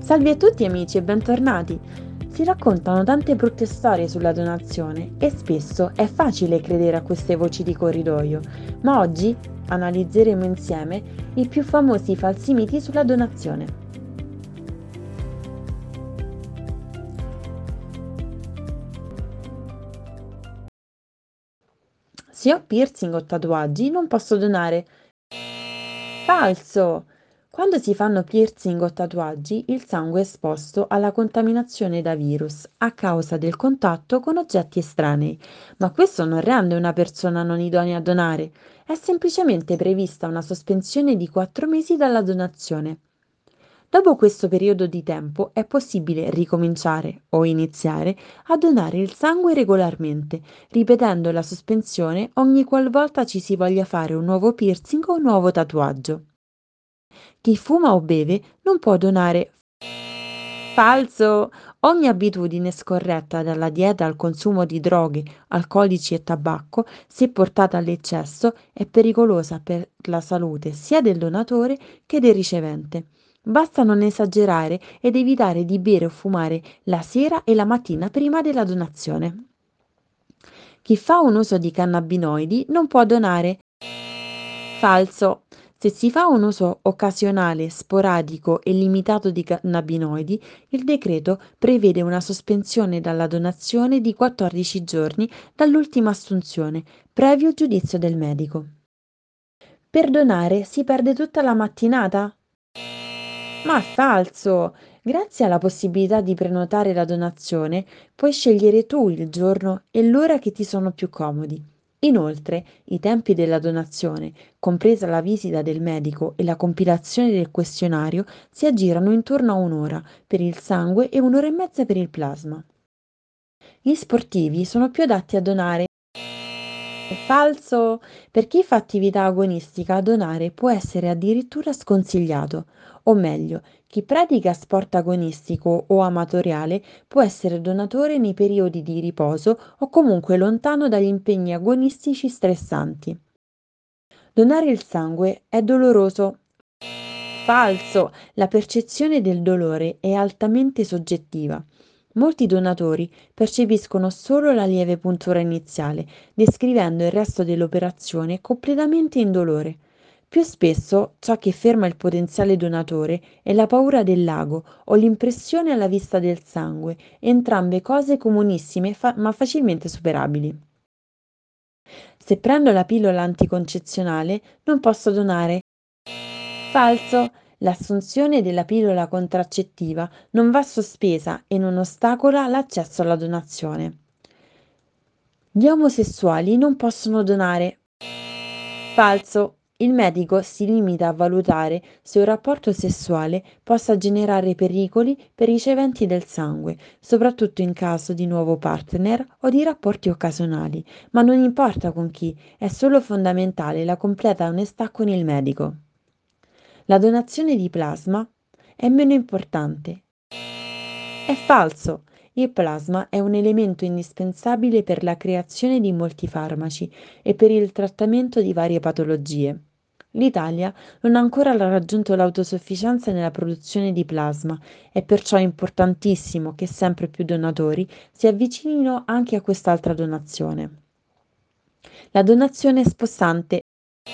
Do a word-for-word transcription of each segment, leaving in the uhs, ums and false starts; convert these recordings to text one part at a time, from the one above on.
Salve a tutti amici e bentornati! Si raccontano tante brutte storie sulla donazione e spesso è facile credere a queste voci di corridoio, ma oggi analizzeremo insieme i più famosi falsi miti sulla donazione. Se ho piercing o tatuaggi non posso donare. Falso! Quando si fanno piercing o tatuaggi, il sangue è esposto alla contaminazione da virus a causa del contatto con oggetti estranei, ma questo non rende una persona non idonea a donare, è semplicemente prevista una sospensione di quattro mesi dalla donazione. Dopo questo periodo di tempo è possibile ricominciare o iniziare a donare il sangue regolarmente, ripetendo la sospensione ogni qualvolta ci si voglia fare un nuovo piercing o un nuovo tatuaggio. Chi fuma o beve non può donare. Falso! Ogni abitudine scorretta, dalla dieta al consumo di droghe, alcolici e tabacco, se portata all'eccesso, è pericolosa per la salute sia del donatore che del ricevente. Basta non esagerare ed evitare di bere o fumare la sera e la mattina prima della donazione. Chi fa un uso di cannabinoidi non può donare. Falso! Se si fa un uso occasionale, sporadico e limitato di cannabinoidi, il decreto prevede una sospensione dalla donazione di quattordici giorni dall'ultima assunzione, previo giudizio del medico. Per donare si perde tutta la mattinata? Ma è falso! Grazie alla possibilità di prenotare la donazione, puoi scegliere tu il giorno e l'ora che ti sono più comodi. Inoltre, i tempi della donazione, compresa la visita del medico e la compilazione del questionario, si aggirano intorno a un'ora per il sangue e un'ora e mezza per il plasma. Gli sportivi sono più adatti a donare. È falso! Per chi fa attività agonistica, donare può essere addirittura sconsigliato, o meglio, chi pratica sport agonistico o amatoriale può essere donatore nei periodi di riposo o comunque lontano dagli impegni agonistici stressanti. Donare il sangue è doloroso. Falso! La percezione del dolore è altamente soggettiva. Molti donatori percepiscono solo la lieve puntura iniziale, descrivendo il resto dell'operazione completamente indolore. Più spesso ciò che ferma il potenziale donatore è la paura del lago o l'impressione alla vista del sangue, entrambe cose comunissime fa- ma facilmente superabili. Se prendo la pillola anticoncezionale non posso donare. Falso! L'assunzione della pillola contraccettiva non va sospesa e non ostacola l'accesso alla donazione. Gli omosessuali non possono donare. Falso! Il medico si limita a valutare se un rapporto sessuale possa generare pericoli per i riceventi del sangue, soprattutto in caso di nuovo partner o di rapporti occasionali, ma non importa con chi, è solo fondamentale la completa onestà con il medico. La donazione di plasma è meno importante. È falso! Il plasma è un elemento indispensabile per la creazione di molti farmaci e per il trattamento di varie patologie. L'Italia non ha ancora raggiunto l'autosufficienza nella produzione di plasma, è perciò importantissimo che sempre più donatori si avvicinino anche a quest'altra donazione. La donazione spossante.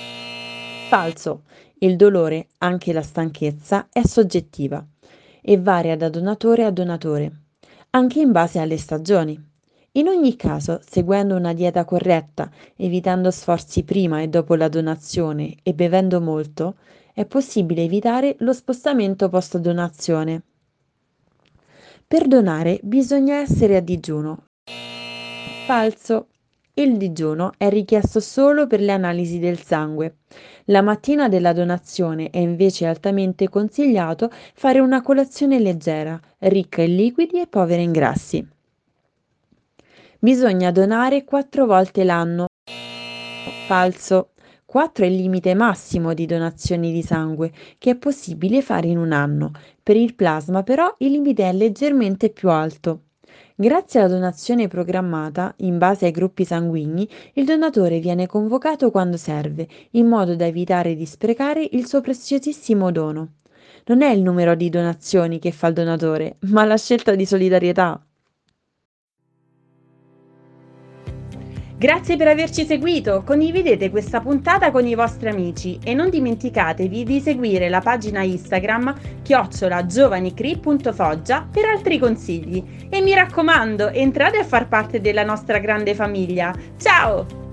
Falso! Il dolore, anche la stanchezza, è soggettiva e varia da donatore a donatore, anche in base alle stagioni. In ogni caso, seguendo una dieta corretta, evitando sforzi prima e dopo la donazione e bevendo molto, è possibile evitare lo spostamento post-donazione. Per donare bisogna essere a digiuno. Falso! Il digiuno è richiesto solo per le analisi del sangue. La mattina della donazione è invece altamente consigliato fare una colazione leggera, ricca in liquidi e povera in grassi. Bisogna donare quattro volte l'anno. Falso! quattro è il limite massimo di donazioni di sangue che è possibile fare in un anno. Per il plasma però il limite è leggermente più alto. Grazie alla donazione programmata, in base ai gruppi sanguigni, il donatore viene convocato quando serve, in modo da evitare di sprecare il suo preziosissimo dono. Non è il numero di donazioni che fa il donatore, ma la scelta di solidarietà. Grazie per averci seguito, condividete questa puntata con i vostri amici e non dimenticatevi di seguire la pagina Instagram chiocciola giovanicri punto foggia per altri consigli e mi raccomando, entrate a far parte della nostra grande famiglia. Ciao!